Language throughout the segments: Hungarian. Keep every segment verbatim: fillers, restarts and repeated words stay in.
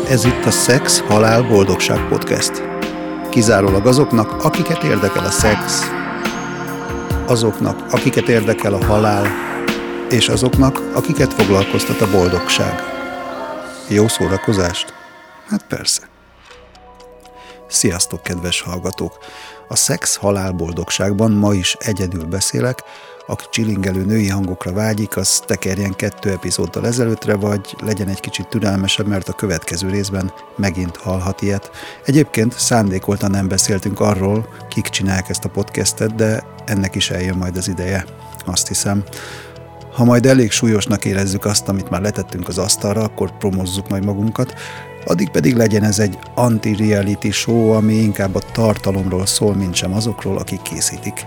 Ez itt a Szex, Halál, Boldogság Podcast. Kizárólag azoknak, akiket érdekel a szex, azoknak, akiket érdekel a halál, és azoknak, akiket foglalkoztat a boldogság. Jó szórakozást? Hát persze. Sziasztok, kedves hallgatók! A Szex, Halál, Boldogságban ma is egyedül beszélek. Aki csilingelő női hangokra vágyik, az tekerjen kettő epizóddal ezelőttre, vagy legyen egy kicsit türelmesebb, mert a következő részben megint hallhat ilyet. Egyébként szándékoltan nem beszéltünk arról, kik csinálják ezt a podcastet, de ennek is eljön majd az ideje, azt hiszem. Ha majd elég súlyosnak érezzük azt, amit már letettünk az asztalra, akkor promozzuk majd magunkat, addig pedig legyen ez egy anti-reality show, ami inkább a tartalomról szól, mint sem azokról, akik készítik.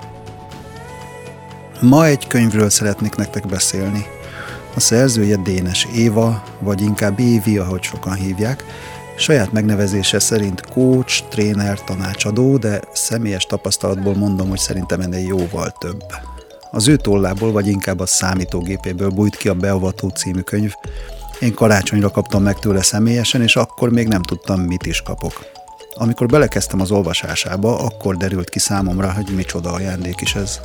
Ma egy könyvről szeretnék nektek beszélni. A szerzője Dénes Éva, vagy inkább Évi, ahogy sokan hívják. Saját megnevezése szerint coach, tréner, tanácsadó, de személyes tapasztalatból mondom, hogy szerintem ennél jóval több. Az ő tollából, vagy inkább a számítógépéből bújt ki a Beavató című könyv. Én karácsonyra kaptam meg tőle személyesen, és akkor még nem tudtam, mit is kapok. Amikor belekezdtem az olvasásába, akkor derült ki számomra, hogy micsoda ajándék is ez.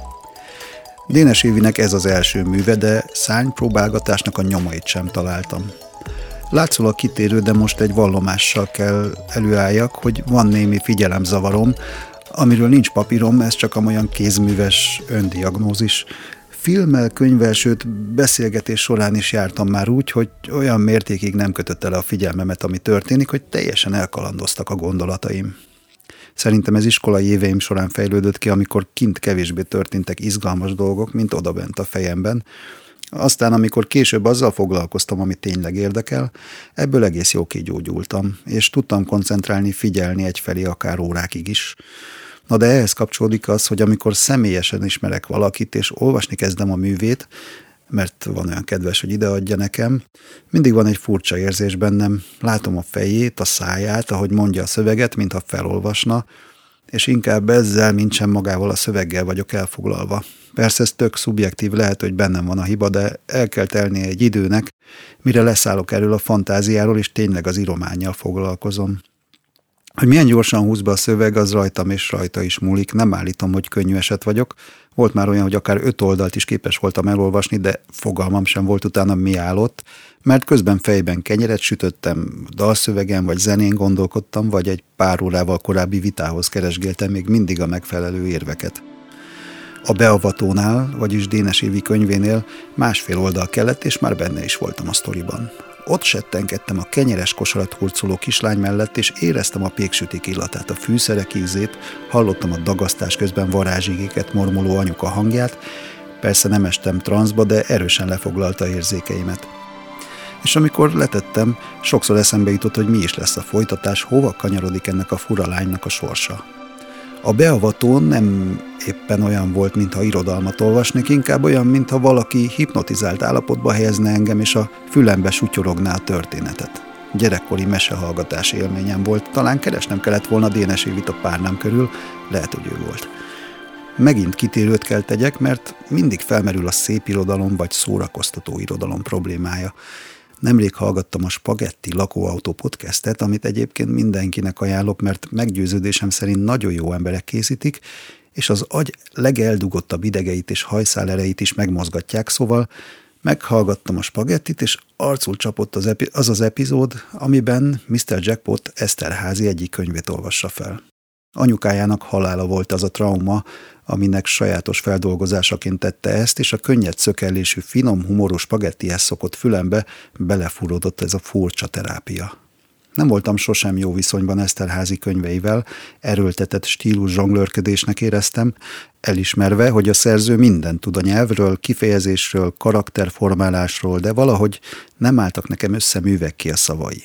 Dénes Évinek ez az első műve, de szárnypróbálgatásnak a nyomait sem találtam. Látszólag kitérő, de most egy vallomással kell előálljak, hogy van némi figyelemzavarom, amiről nincs papírom, ez csak amolyan kézműves öndiagnózis. Filmmel, könyvvel, sőt beszélgetés során is jártam már úgy, hogy olyan mértékig nem kötötte le a figyelmemet, ami történik, hogy teljesen elkalandoztak a gondolataim. Szerintem ez iskolai éveim során fejlődött ki, amikor kint kevésbé történtek izgalmas dolgok, mint odabent a fejemben. Aztán, amikor később azzal foglalkoztam, ami tényleg érdekel, ebből egész jó kigyógyultam, és tudtam koncentrálni, figyelni egyfelé akár órákig is. Na de ehhez kapcsolódik az, hogy amikor személyesen ismerek valakit, és olvasni kezdem a művét, mert van olyan kedves, hogy ideadja nekem, mindig van egy furcsa érzés bennem, látom a fejét, a száját, ahogy mondja a szöveget, mintha felolvasna, és inkább ezzel, mint sem magával a szöveggel vagyok elfoglalva. Persze ez tök szubjektív, lehet, hogy bennem van a hiba, de el kell telnie egy időnek, mire leszállok erről a fantáziáról, és tényleg az írománnyal foglalkozom. Hogy milyen gyorsan húz be a szöveg, az rajtam és rajta is múlik. Nem állítom, hogy könnyű eset vagyok. Volt már olyan, hogy akár öt oldalt is képes voltam elolvasni, de fogalmam sem volt utána, mi állott, mert közben fejben kenyeret sütöttem, dalszövegen vagy zenén gondolkodtam, vagy egy pár órával korábbi vitához keresgéltem még mindig a megfelelő érveket. A Beavatónál, vagyis Dénes Évi könyvénél másfél oldal kellett, és már benne is voltam a sztoriban. Ott settenkedtem a kenyeres kosarat hurcoló kislány mellett, és éreztem a péksütik illatát, a fűszerek ízét, hallottam a dagasztás közben varázsigéket mormoló anyuka hangját, persze nem estem transzba, de erősen lefoglalta érzékeimet. És amikor letettem, sokszor eszembe jutott, hogy mi is lesz a folytatás, hova kanyarodik ennek a fura lánynak a sorsa. A Beavató nem éppen olyan volt, mintha irodalmat olvasnék, inkább olyan, mintha valaki hipnotizált állapotba helyezne engem, és a fülembe sutyorogná a történetet. Gyerekkori mesehallgatás élményem volt, talán keresnem kellett volna Dénes Évit a párnám körül, lehet, hogy ő volt. Megint kitérőt kell tegyek, mert mindig felmerül a szép irodalom vagy szórakoztató irodalom problémája. Nemrég hallgattam a Spagetti lakóautó podcastet, amit egyébként mindenkinek ajánlok, mert meggyőződésem szerint nagyon jó emberek készítik, és az agy legeldugottabb idegeit és hajszálereit is megmozgatják, szóval meghallgattam a Spagettit, és arcul csapott az, epi- az az epizód, amiben miszter Jackpot Eszterházy egyik könyvét olvassa fel. Anyukájának halála volt az a trauma, aminek sajátos feldolgozásaként tette ezt, és a könnyed szökellésű, finom humorú spagettihez szokott fülembe belefúródott ez a furcsa terápia. Nem voltam sosem jó viszonyban Eszterházy könyveivel, erőltetett stílus zsonglőrködésnek éreztem, elismerve, hogy a szerző mindent tud a nyelvről, kifejezésről, karakterformálásról, de valahogy nem álltak nekem össze művekké a szavai.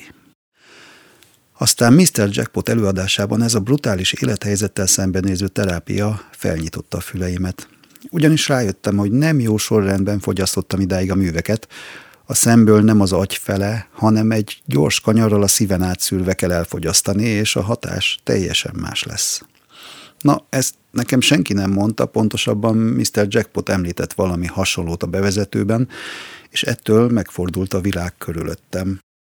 Aztán miszter Jackpot előadásában ez a brutális élethelyzettel szembenéző terápia felnyitotta a füleimet. Ugyanis rájöttem, hogy nem jó sorrendben fogyasztottam idáig a műveket, a szemből nem az agy fele, hanem egy gyors kanyarral a szíven átszűrve kell elfogyasztani, és a hatás teljesen más lesz. Na, ezt nekem senki nem mondta, pontosabban miszter Jackpot említett valami hasonlót a bevezetőben, és ettől megfordult a világ körülöttem.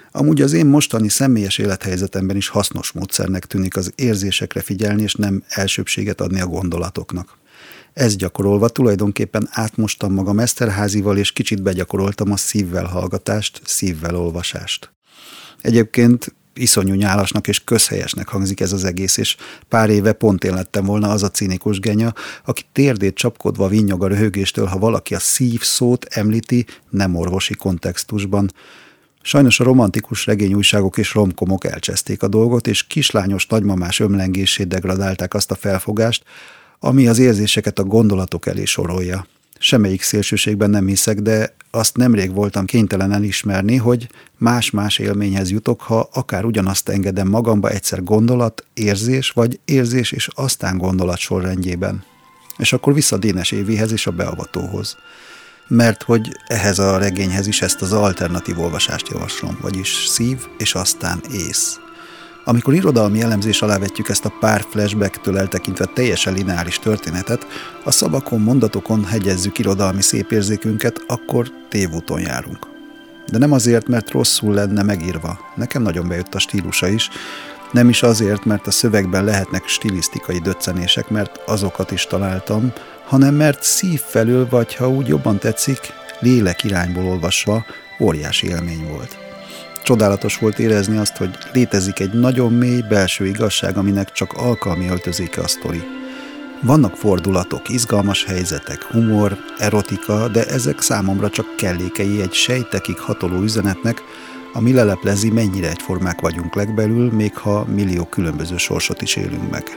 Amúgy az én mostani személyes élethelyzetemben is hasznos módszernek tűnik az érzésekre figyelni, és nem elsőbséget adni a gondolatoknak. Ezt gyakorolva tulajdonképpen átmostam magam Eszterházival, és kicsit begyakoroltam a szívvel hallgatást, szívvel olvasást. Egyébként iszonyú nyálasnak és közhelyesnek hangzik ez az egész, és pár éve pont én lettem volna az a cinikus genya, aki térdét csapkodva vinnyog a röhögéstől, ha valaki a szív szót említi nem orvosi kontextusban. Sajnos a romantikus regényújságok és romkomok elcseszték a dolgot, és kislányos nagymamás ömlengését degradálták azt a felfogást, ami az érzéseket a gondolatok elé sorolja. Semmelyik szélsőségben nem hiszek, de azt nemrég voltam kénytelen elismerni, hogy más-más élményhez jutok, ha akár ugyanazt engedem magamba egyszer gondolat, érzés, vagy érzés és aztán gondolat sorrendjében. És akkor vissza Dénes Évihez és a Beavatóhoz. Mert hogy ehhez a regényhez is ezt az alternatív olvasást javaslom, vagyis szív és aztán ész. Amikor irodalmi elemzés alá vetjük ezt a pár flashbacktől eltekintve teljesen lineáris történetet, a szavakon, mondatokon hegyezzük irodalmi szépérzékünket, akkor tévúton járunk. De nem azért, mert rosszul lenne megírva. Nekem nagyon bejött a stílusa is. Nem is azért, mert a szövegben lehetnek stilisztikai döccenések, mert azokat is találtam, hanem mert szív felől, vagy ha úgy jobban tetszik, lélek irányból olvasva óriási élmény volt. Csodálatos volt érezni azt, hogy létezik egy nagyon mély belső igazság, aminek csak alkalmi öltözéke a sztori. Vannak fordulatok, izgalmas helyzetek, humor, erotika, de ezek számomra csak kellékei egy sejtekig hatoló üzenetnek, ami leleplezi, mennyire egyformák vagyunk legbelül, még ha millió különböző sorsot is élünk meg.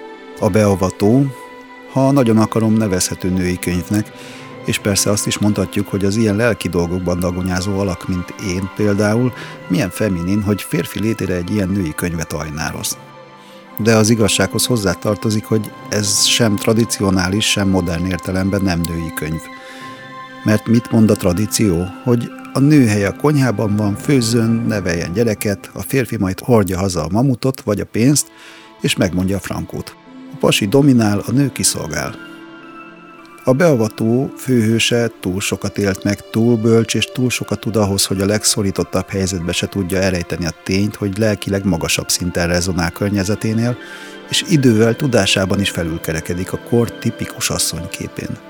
A Beavató, ha nagyon akarom, nevezhető női könyvnek, és persze azt is mondhatjuk, hogy az ilyen lelki dolgokban dagonyázó alak, mint én például, milyen feminin, hogy férfi létére egy ilyen női könyvet ajnároz. De az igazsághoz hozzátartozik, hogy ez sem tradicionális, sem modern értelemben nem női könyv. Mert mit mond a tradíció? Hogy a nő helye a konyhában van, főzzön, neveljen gyereket, a férfi majd hordja haza a mamutot vagy a pénzt, és megmondja a frankót. A pasi dominál, a nő kiszolgál. A Beavató főhőse túl sokat élt meg, túl bölcs és túl sokat tud ahhoz, hogy a legszorítottabb helyzetbe se tudja elrejteni a tényt, hogy lelkileg magasabb szinten rezonál környezeténél, és idővel tudásában is felülkerekedik a kor tipikus asszonyképén.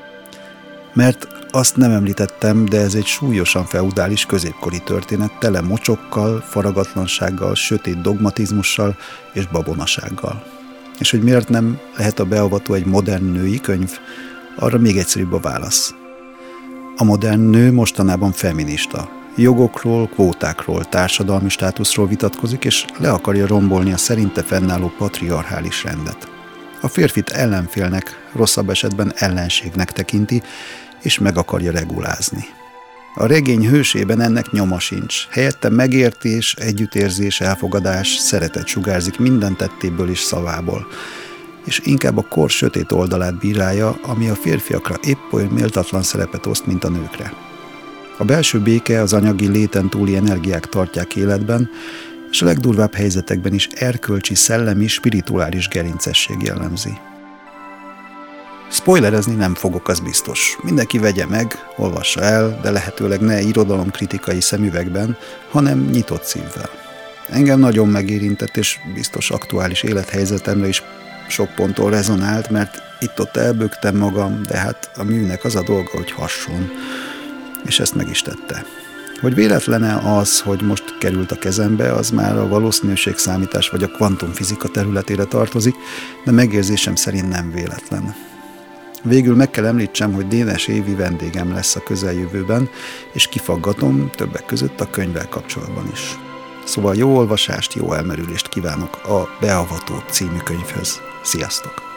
Mert azt nem említettem, de ez egy súlyosan feudális középkori történet, tele mocsokkal, faragatlansággal, sötét dogmatizmussal és babonasággal. És hogy miért nem lehet a Beavató egy modern női könyv? Arra még egyszerűbb a válasz. A modern nő mostanában feminista. Jogokról, kvótákról, társadalmi státuszról vitatkozik, és le akarja rombolni a szerinte fennálló patriarchális rendet. A férfit ellenfélnek, rosszabb esetben ellenségnek tekinti, és meg akarja regulázni. A regény hősében ennek nyoma sincs. Helyette megértés, együttérzés, elfogadás, szeretet sugárzik minden tettéből és szavából, és inkább a kor sötét oldalát bírálja, ami a férfiakra épp olyan méltatlan szerepet oszt, mint a nőkre. A belső béke, az anyagi léten túli energiák tartják életben, és a legdurvább helyzetekben is erkölcsi, szellemi, spirituális gerincesség jellemzi. Spoilerezni nem fogok, az biztos. Mindenki vegye meg, olvassa el, de lehetőleg ne irodalomkritikai szemüvegben, hanem nyitott szívvel. Engem nagyon megérintett, és biztos aktuális élethelyzetemre is sok ponttól rezonált, mert itt-ott elbögtem magam, de hát a műnek az a dolga, hogy hasson, és ezt meg is tette. Hogy véletlene az, hogy most került a kezembe, az már a valószínűségszámítás vagy a kvantumfizika területére tartozik, de megérzésem szerint nem véletlen. Végül meg kell említsem, hogy Dénes Évi vendégem lesz a közeljövőben, és kifaggatom többek között a könyvvel kapcsolatban is. Szóval jó olvasást, jó elmerülést kívánok a Beavató című könyvhöz. Sziasztok!